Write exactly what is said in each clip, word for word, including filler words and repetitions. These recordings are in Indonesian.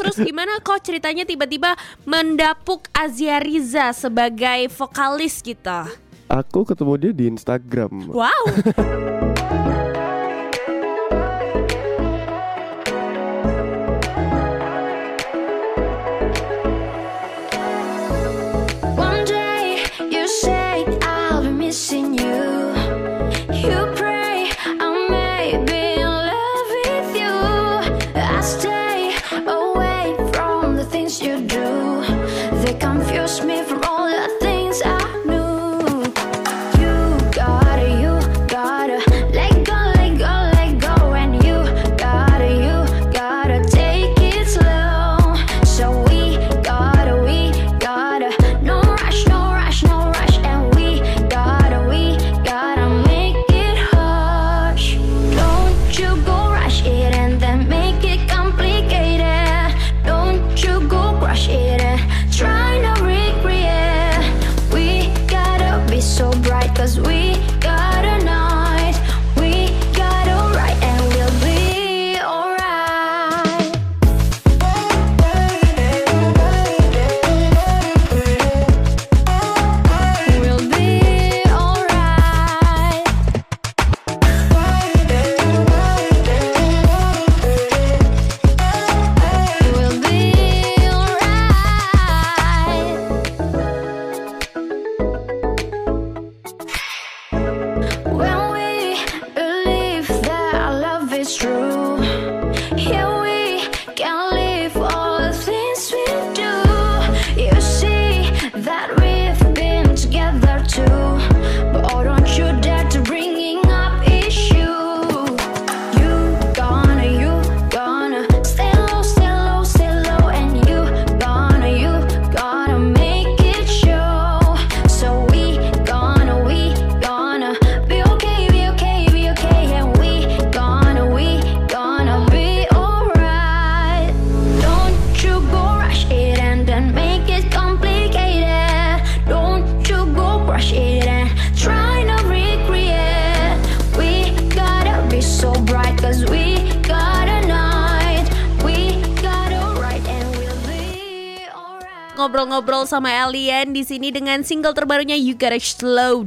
Terus gimana kok ceritanya tiba-tiba mendapuk Azia Riza sebagai vokalis kita? Aku ketemu dia di Instagram. Wow. Ngobrol-ngobrol sama Alien di sini dengan single terbarunya You Gotta Slow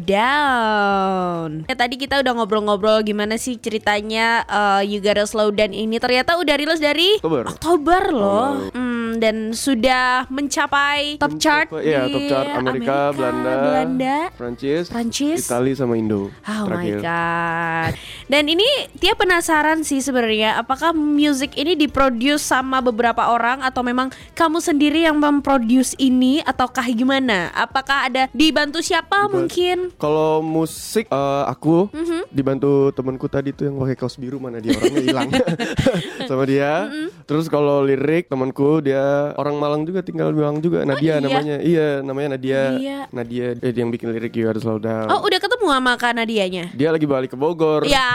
Down. Ya, tadi kita udah ngobrol-ngobrol gimana sih ceritanya uh, You Gotta Slow Down ini ternyata udah rilis dari Oktober, Oktober loh. Oh. Hmm, dan sudah mencapai top chart Mencapai, di ya, top chart Amerika, Amerika Belanda, Belanda, Prancis, Prancis, Italia sama Indo. Oh terakhir. my god. Dan ini Tia penasaran sih sebenarnya, apakah musik ini diproduce sama beberapa orang atau memang kamu sendiri yang memproduce ini ataukah gimana? Apakah ada dibantu siapa Dibantu. mungkin? Kalau musik uh, aku Mm-hmm. dibantu temanku tadi tuh yang pakai kaos biru, mana dia orangnya hilang. Sama dia. Mm-hmm. Terus kalau lirik temanku dia orang Malang juga, tinggal di Malang juga. Nadia iya? namanya. Iya, namanya Nadia. Nadia. Nadia eh, dia yang bikin lirik You Gotta Slow Down. Oh, udah ketemu sama Kak Nadianya? Dia lagi balik ke Bogor. Ya.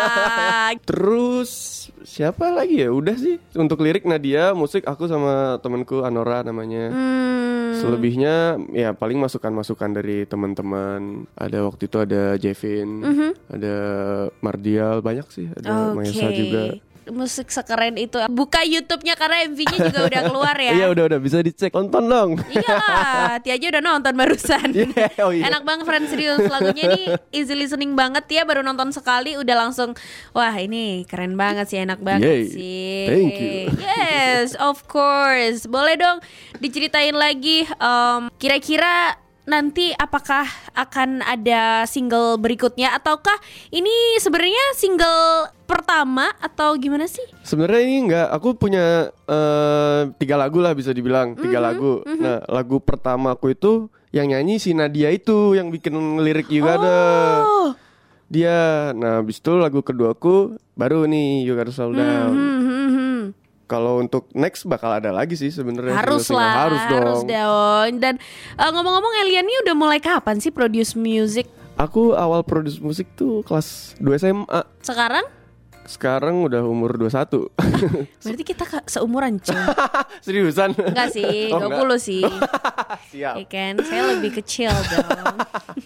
Terus siapa lagi ya? Udah sih. Untuk lirik Nadia, musik aku sama temanku Anora namanya. Hmm. Selebihnya ya paling masukan-masukan dari teman-teman. Ada waktu itu ada Jevin, Mm-hmm. ada Mardial, banyak sih. Ada Oke. Maesa juga. Musik sekeren itu. Buka YouTube-nya karena M V-nya juga udah keluar ya. Iya udah udah bisa dicek. Tonton dong. Iya, Tia aja udah nonton barusan. Yeah, oh iya. Enak banget friend, serius. Lagunya ini easy listening banget. Tia baru nonton sekali udah langsung wah ini keren banget sih, enak banget Yay. sih. Thank you. Yes, of course. Boleh dong diceritain lagi um, kira-kira nanti apakah akan ada single berikutnya ataukah ini sebenarnya single pertama atau gimana sih? Sebenarnya ini enggak, aku punya uh, tiga lagu lah bisa dibilang, tiga Mm-hmm, lagu. mm-hmm. Nah, lagu pertama aku itu yang nyanyi si Nadia itu yang bikin lirik You Gotta. Oh. Dia. Nah, habis itu lagu kedua aku baru nih You Gotta Slow Down. Hmm, hmm, hmm. Kalau untuk next bakal ada lagi sih sebenarnya. Harus single-single. lah, harus dong. harus dong. Dan uh, ngomong-ngomong, Elian ini udah mulai kapan sih produce music? Aku awal produce musik tuh kelas dua S M A. Sekarang? Sekarang udah umur dua puluh satu. Berarti kita ke- seumuran cuy. Seriusan? Enggak sih, Oh, dua puluh enggak. sih. Siap. Ya kan, saya lebih kecil dong.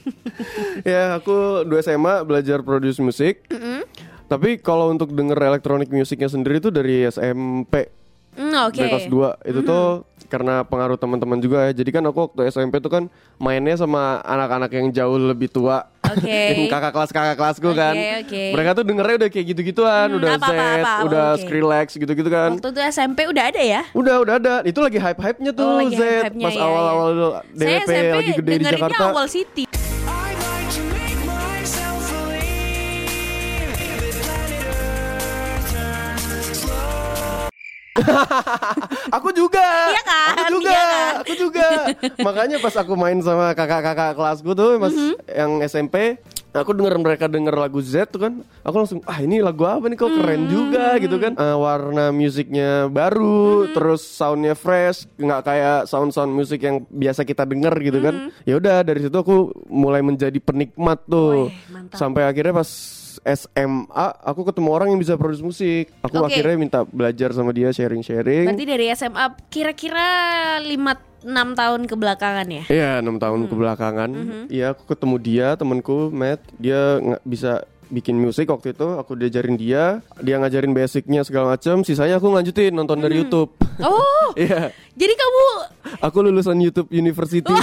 Ya, aku dua S M A belajar produce musik. Mm-hmm. Tapi kalau untuk denger electronic musicnya sendiri tuh dari S M P. Mm, oke. Dari kelas dua itu Mhm. tuh karena pengaruh teman-teman juga ya. Jadi kan aku waktu S M P tuh kan mainnya sama anak-anak yang jauh lebih tua. Oke. Yang kakak kelas kakak kelasku kan. Oke, oke. Mereka tuh dengernya udah kayak gitu-gituan, Hmm, udah apa, Z, apa, apa, udah oke. Skrillex gitu-gitu kan. Waktu itu S M P udah ada ya? Udah, udah ada. Itu lagi hype-hype-nya tuh Oh, lagi Z hype-hypenya, pas iya, awal-awal D W Saya P S M P lagi gede di dengerinnya Jakarta. Awal City. I'd like to make myself believe that planet Earth turns slow. Aku juga. Iya kan? Aku juga. Iya kan? Aku juga. Makanya pas aku main sama kakak-kakak kelasku tuh pas Mhm. yang S M P, aku denger mereka denger lagu Z tuh kan. Aku langsung, ah ini lagu apa nih kok keren Mhm. juga gitu kan. Eh, warna musiknya baru, Mhm. terus soundnya fresh, nggak kayak sound-sound musik yang biasa kita denger gitu kan. Mhm. Ya udah dari situ aku mulai menjadi penikmat tuh. Wih, mantap. Sampai akhirnya pas S M A aku ketemu orang yang bisa produce musik. Aku Oke. akhirnya minta belajar sama dia sharing-sharing. Berarti dari S M A kira-kira lima enam tahun kebelakangan ya? Iya, enam tahun Hmm. kebelakangan. Mhm. Iya, aku ketemu dia, temanku Matt. Dia nggak bisa bikin musik waktu itu. Aku diajarin dia, dia ngajarin basicnya segala macam. Sisanya aku lanjutin nonton dari YouTube. Oh, Iya, jadi kamu aku lulusan YouTube University.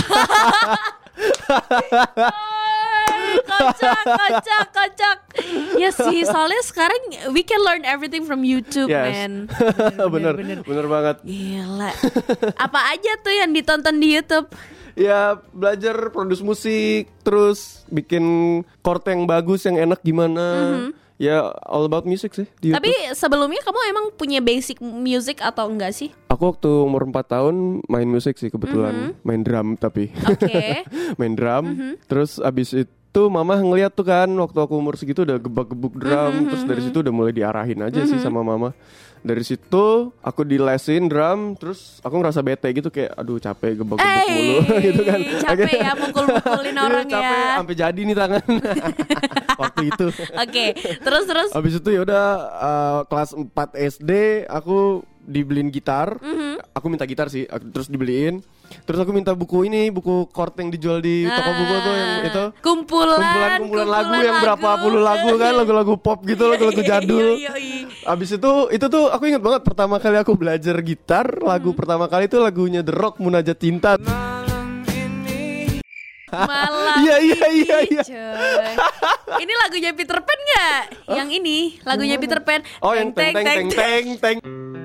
kocak, kocak, kocak. Ya sih, soalnya sekarang we can learn everything from YouTube, Yes. man. bener, bener banget. Gila. Apa aja tuh yang ditonton di YouTube? Ya belajar produce musik, terus bikin chord yang bagus, yang enak gimana. Ya all about music sih di Tapi YouTube. sebelumnya kamu emang punya basic music atau enggak sih? Aku waktu umur empat tahun main musik sih kebetulan. Main drum tapi. Oke. Main drum. Terus abis itu mama ngeliat tuh kan waktu aku umur segitu udah gebak-gebuk drum. Terus dari situ udah mulai diarahin aja sih sama mama. Dari situ aku dilesin drum. Terus aku ngerasa bete gitu kayak aduh capek gebak-gebuk Eh, mulu gitu kan. capek Akhirnya- ya mukul-mukulin Iya, orang capek ya. sampai jadi nih tangan waktu itu. Oke, terus terus. Habis itu ya udah uh, kelas empat S D aku dibeliin gitar. Aku minta gitar sih, aku- terus dibeliin. Terus aku minta buku ini, buku chord yang dijual di toko buku tuh yang itu. Kumpulan, Kumpulan-kumpulan lagu yang berapa puluh lagu kan, lagu-lagu pop gitu, lagu-lagu jadul. Iya, iya, iya. Abis itu, itu tuh aku ingat banget pertama kali aku belajar gitar, lagu pertama kali itu lagunya The Rock, Munajat Cinta. Malam ini Malam Iya, iya, ini, iya, iya. coy. Ini lagunya Peter Pan nggak? Yang ini lagunya Peter Pan. Oh yang teng teng teng teng teng.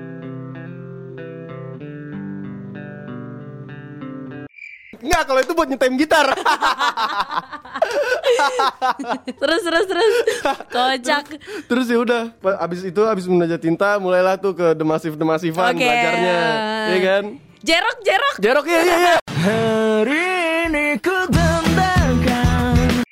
Enggak, kalau itu buat nyetem gitar. Terus terus terus. Kocak. Terus ya udah, pa- abis itu abis Munajat Cinta mulailah tuh ke demasif demasifan Oke. belajarnya, ya kan? Jerok jerok. Jerok ya ya ya. hari ini ku tembakkan.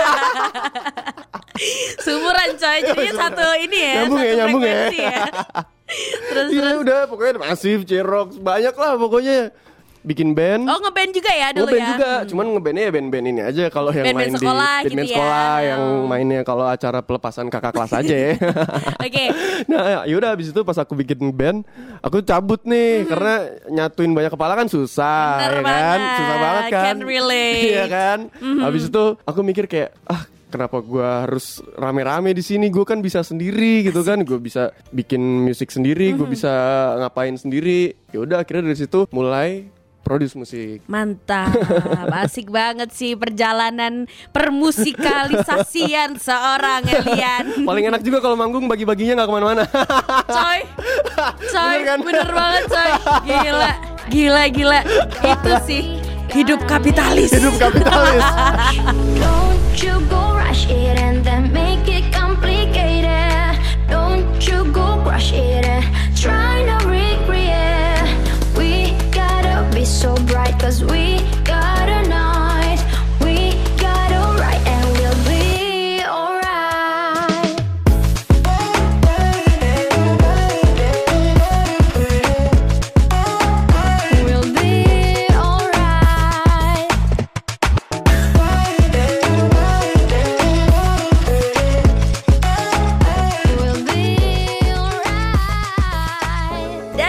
Sumuran coy. Jadinya satu ini ya. Nyambung satu ya, nyambung ya. frekuensi ya. Terus Iya terus. udah, pokoknya demasif, Jerok, banyak lah pokoknya. Bikin band. Oh ngeband juga ya dulu Ngeband ya. juga, cuman ngebandnya ya band-band ini aja. Kalau yang Band-band main di sekolah band-band gitu ya. sekolah yang mainnya kalau acara pelepasan kakak kelas aja ya. Oke. Nah yaudah abis itu pas aku bikin band, aku cabut nih karena nyatuin banyak kepala kan susah. Bener Ya kan, banget, susah banget kan. can relate. Iya kan. Abis itu aku mikir kayak ah kenapa gua harus rame-rame di sini? Gue kan bisa sendiri gitu kan. Gue bisa bikin musik sendiri, gue bisa ngapain sendiri. Ya udah akhirnya dari situ mulai produce musik. Mantap, asik banget sih perjalanan permusikalisasian seorang Elian. Paling enak juga kalau manggung bagi-baginya nggak kemana-mana. Coy, coy, Bener kan? bener banget coy. Gila, gila, gila. Itu sih hidup kapitalis. Hidup kapitalis. Don't you go rush it and then make it complicated. Don't you go crush it and try to recreate. We gotta be so bright cause we got a night. We got alright and we'll be alright. We'll be alright. We'll be alright.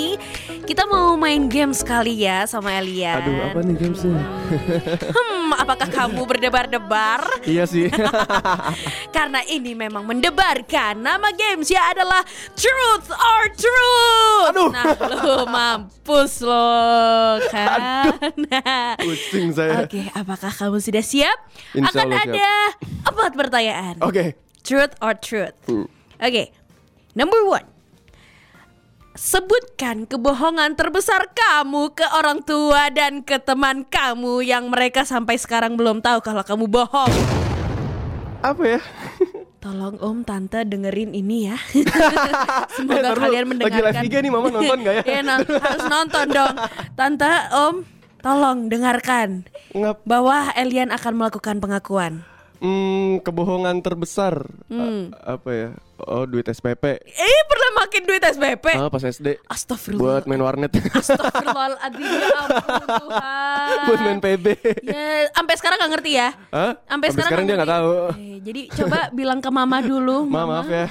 ini kita mau main game sekali ya sama Elian. Aduh, apa nih gamesnya? Hmm, apakah kamu berdebar-debar? Iya sih. Karena ini memang mendebarkan. Nama gamesnya adalah Truth or Truth. Aduh. Nah, lo mampus lo kan. Pusing saya. Oke, apakah kamu sudah siap? Insya Akan Allah siap. ada empat pertanyaan. Oke. Truth or Truth. Hmm. Oke, number one. Sebutkan kebohongan terbesar kamu ke orang tua dan ke teman kamu yang mereka sampai sekarang belum tahu kalau kamu bohong. Apa ya? Tolong om tante dengerin ini ya. Eh, Semoga ntar kalian dulu, mendengarkan. Lagi live I G nih mama nonton gak ya? Iya, non- harus nonton dong. Tante, om, tolong dengarkan Ngap. bahwa Elian akan melakukan pengakuan. Hmm, kebohongan terbesar. Hmm. A- apa ya? Oh, duit S P P. Eh, pernah makin duit S P P? Ah, pas S D. Astagfirullah. Buat main warnet. Astagfirullahaladzim, ya ampun Tuhan. Buat main P B. Ya, sampai sekarang gak ngerti ya? Hah? Sampai sekarang, dia nggak nggak tahu. ngerti. Eh, jadi coba bilang ke mama dulu. Ma, maaf ya.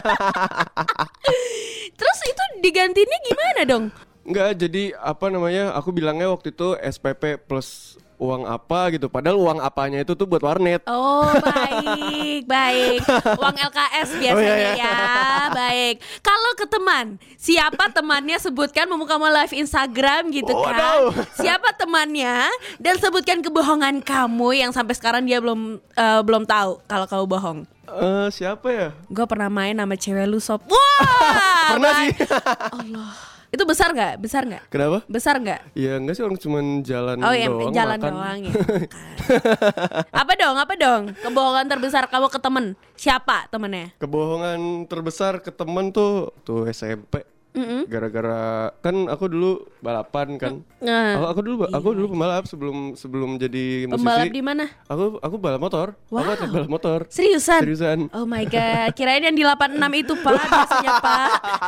Terus itu digantinya gimana dong? Enggak, jadi apa namanya? Aku bilangnya waktu itu S P P plus uang apa gitu. Padahal uang apanya itu tuh buat warnet. Oh baik, baik. Uang L K S biasanya Oh, iya, iya. ya. Baik. Kalau ke teman, siapa temannya sebutkan mau kamu live Instagram gitu Oh, kan? no. Siapa temannya dan sebutkan kebohongan kamu yang sampai sekarang dia belum eh, belum tahu kalau kamu bohong. Eh, siapa ya? Gue pernah main sama cewek lu sob. Wah, Pernah sih. Allah. Itu besar nggak? Besar nggak? Kenapa? Besar nggak? Ya enggak sih, orang cuman jalan Oh iya, doang jalan makan. doang ya. Makan. Apa dong? Apa dong? Kebohongan terbesar kamu ke temen? Siapa temennya? Kebohongan terbesar ke temen tuh tuh S M P. Mm-mm. Gara-gara kan aku dulu balapan kan. Nah, Aku, aku dulu aku dulu pembalap sebelum sebelum jadi musisi. pembalap di mana? Aku aku balap motor. Wow. Aku atlet balap motor. Seriusan? Seriusan. Oh my god, kirain yang di delapan enam itu Pak, biasanya Pak.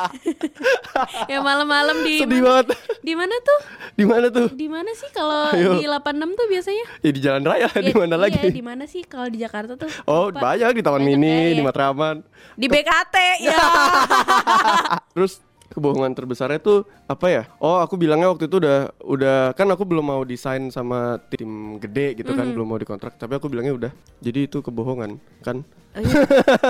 Yang malam-malam di Sedih mana? banget. Di mana tuh? Di mana tuh? Di mana sih kalau Ayo. di delapan enam tuh biasanya? Ya di jalan raya, di Ya, mana iya, lagi? di mana sih kalau di Jakarta tuh? Oh, Lupa. banyak di Taman Banyak Mini, ya, di ya. Matraman. Di B K T ya. Terus kebohongan terbesarnya tuh apa ya? Oh, aku bilangnya waktu itu udah udah kan aku belum mau desain sama tim gede gitu kan, belum mau dikontrak, tapi aku bilangnya udah. Jadi itu kebohongan kan Oh, iya.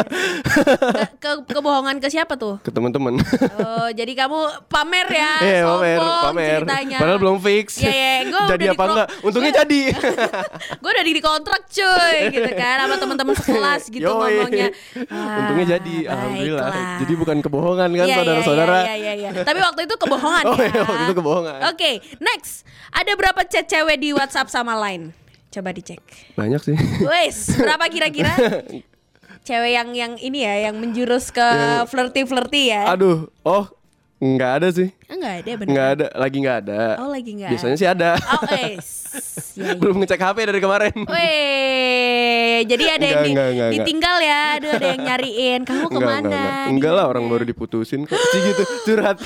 ke, ke- kebohongan ke siapa tuh? ke teman-teman. Oh, jadi kamu pamer ya? Iya, pamer, sombong pamer. ceritanya. Padahal belum fix. Iya, iya, gua Jadi udah apa di- enggak? Untungnya gua- jadi. Gue udah di kontrak cuy gitu kan sama teman-teman sekelas gitu Yoi. ngomongnya. Untungnya jadi, Ah, alhamdulillah. baiklah. Jadi bukan kebohongan kan, Iya, saudara-saudara. Iya, iya, iya, iya. Tapi waktu itu kebohongan Oh, ya. iya, waktu itu kebohongan. Oke, next. Ada berapa chat cewek di WhatsApp sama Line? Coba dicek. Banyak sih. Wes, berapa kira-kira? Cewek yang yang ini ya, yang menjurus ke Yang- flirty-flirty ya? Aduh, oh, nggak ada sih. Enggak ada bener. Nggak ada, lagi nggak ada. Oh, lagi nggak. Biasanya sih ada. Oh, wes. Ya, ya. Belum ngecek H P dari kemarin. Weh, jadi ada yang Enggak, di- enggak, enggak, enggak. ditinggal ya, aduh ada yang nyariin. Kamu Enggak, kemana? enggak, enggak. Di Enggak lah, mana? orang baru diputusin kok. Sih gitu, curhat.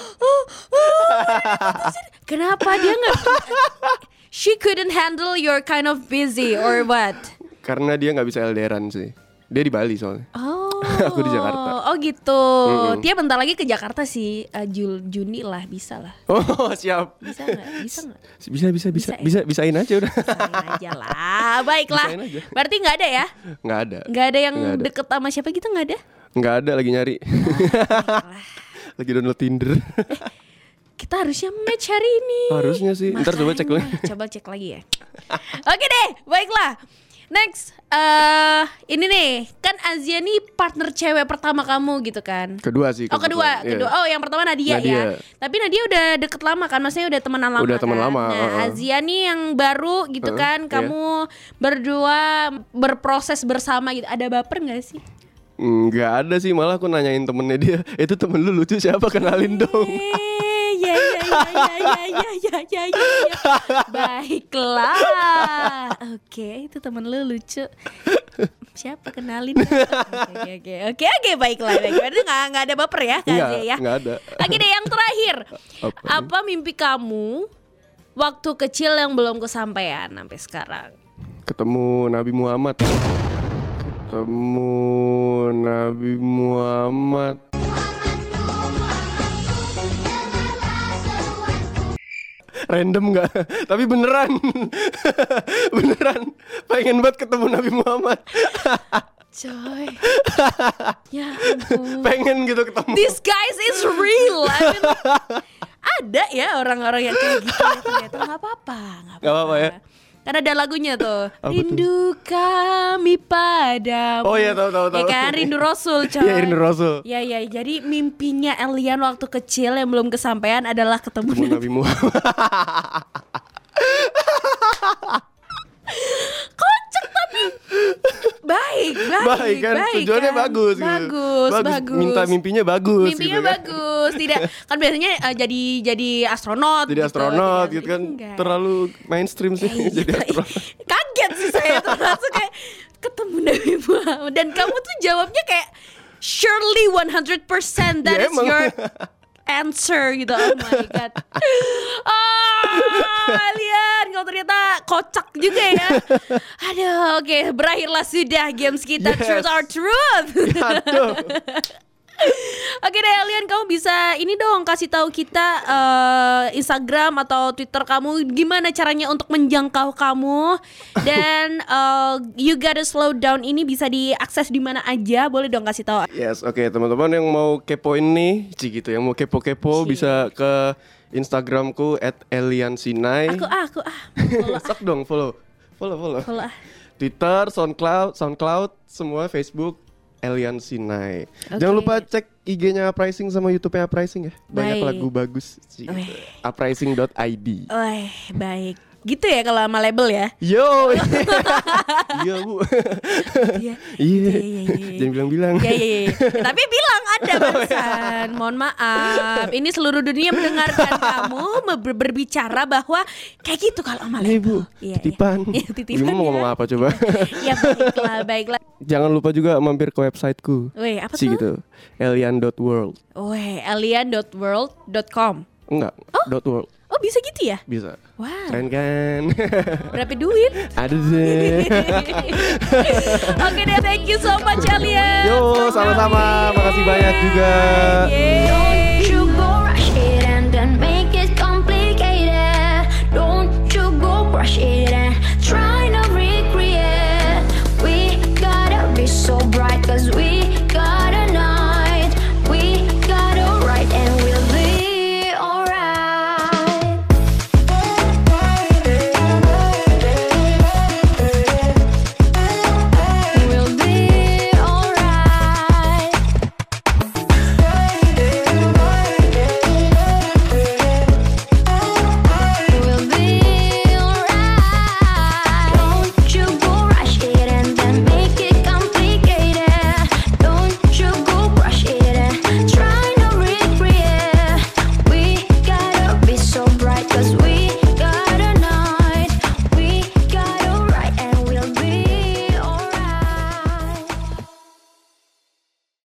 Kenapa dia nggak? She couldn't handle your kind of busy or what? Karena dia nggak bisa L D R-an sih. Dia di Bali soalnya. Oh, Aku di Jakarta. Oh gitu. Mm-mm. Dia bentar lagi ke Jakarta sih, uh, Jul Juni lah, bisa lah. Oh, siap. Bisa nggak? Bisa nggak? Bisa, bisa, bisa. Bisa, ya? Bisa, bisain aja udah. Bisain aja lah. Baiklah. Bisain aja. Berarti nggak ada ya? Nggak ada. Nggak ada yang Nggak ada. deket sama siapa gitu, nggak ada? Nggak ada, lagi nyari. Lagi download Tinder. Kita harusnya match hari ini. Harusnya sih. Ntar coba cek Makanya. lagi. Coba cek lagi ya. Oke deh, baiklah. Next, eh ini nih, kan Azia nih partner cewek pertama kamu gitu kan? Kedua sih. Oh kedua, kebetulan. Iya. kedua. Oh yang pertama Nadia, Nadia. ya. Tapi Nadia udah deket lama kan, maksudnya udah temenan lama. Udah temen kan? lama, Nah, uh-uh. Azia nih yang baru gitu Uh-uh, kan, iya. kamu berdua berproses bersama gitu. Ada baper nggak sih? Nggak ada sih, malah aku nanyain temennya dia. Itu temen lu lucu siapa, kenalin dong. Eh, ya ya ya ya ya ya ya ya ya ya. Baiklah. Oke, itu temen lu lucu. Siapa kenalin? Oke oke oke oke baiklah. Baik. Berarti nggak nggak ada baper ya, Kak Nggak, Azia ya? nggak ada. Oke deh, yang terakhir. Apa nih? Apa mimpi kamu waktu kecil yang belum kesampaian sampai sekarang? Ketemu Nabi Muhammad. Ketemu Nabi Muhammad. random nggak? Tapi beneran, beneran pengen banget ketemu Nabi Muhammad. Coy. Ya ampun. Pengen gitu ketemu. This guys is real. I mean, ada ya orang-orang yang kayak gitu ya, ternyata nggak apa-apa, nggak Nggak apa-apa ya. Kan ada lagunya tuh. Apa Rindu kami padamu. Oh iya, tahu tahu tahu. Ya kan, rindu Rasul, coy. Iya, rindu Rasul. Ya ya, jadi mimpinya Elian waktu kecil yang belum kesampaian adalah ketemu, Ketemu Nabi Muhammad. Kocak tapi baik, baik, Baik kan, baik tujuannya kan? bagus, gitu. bagus, bagus, Minta mimpinya bagus. Mimpinya gitu kan. bagus, tidak kan biasanya uh, jadi jadi astronot. Jadi gitu, astronot ya gitu kan, Enggak. terlalu mainstream sih Eh, jadi iya. astronot. Kaget sih saya tuh langsung kayak ketemu Nabi Muhammad dan kamu tuh jawabnya kayak surely one hundred percent that Ya, is emang. your answer gitu. Oh my god. Ah, Lian, kalau ternyata kocak juga ya. Aduh, oke, berakhirlah sudah games kita. Yes. Truth or Truth. Aduh. Oke deh, Lian, kamu bisa ini dong kasih tahu kita eh, Instagram atau Twitter kamu gimana caranya untuk menjangkau kamu dan eh, You Gotta Slow Down ini bisa diakses di mana aja, boleh dong kasih tahu. Yes, oke teman-teman yang mau kepoin nih, Ci gitu, yang mau kepo-kepo Ci. bisa ke Instagramku at elian sinai. Aku ah, aku ah, follow, Sok dong follow, follow, follow. follow ah. Twitter, SoundCloud, SoundCloud, semua Facebook Elian Sinai. Oke. Jangan lupa cek I G-nya Uprising sama YouTube-nya Uprising ya. Banyak Baik. lagu bagus. Ci. Weh. uprising dot I D. Wah, baik. Gitu ya kalau sama label ya. Yo. Iya, Bu. Iya. Iya. Iya, iya, iya. Jangan bilang-bilang. Ya, ya, ya. Ya, tapi bilang ada barusan. Mohon maaf. Ini seluruh dunia mendengarkan kamu ber- berbicara bahwa kayak gitu kalau sama Iya, label. Bu. Iya, Titipan. iya. Titipan. Ibu mau ya. ngomong apa coba? Ya baiklah, baiklah. Jangan lupa juga mampir ke websiteku. Weh, apa Ci tuh? gitu. elian dot world. Weh, elian dot world dot com. Enggak, dot world. Oh, bisa gitu ya? Bisa. Wow. Keren kan? Berapa duit? Ada deh. Oke deh, thank you so much Elian. Yo, sama-sama. Makasih banyak juga. Yeay.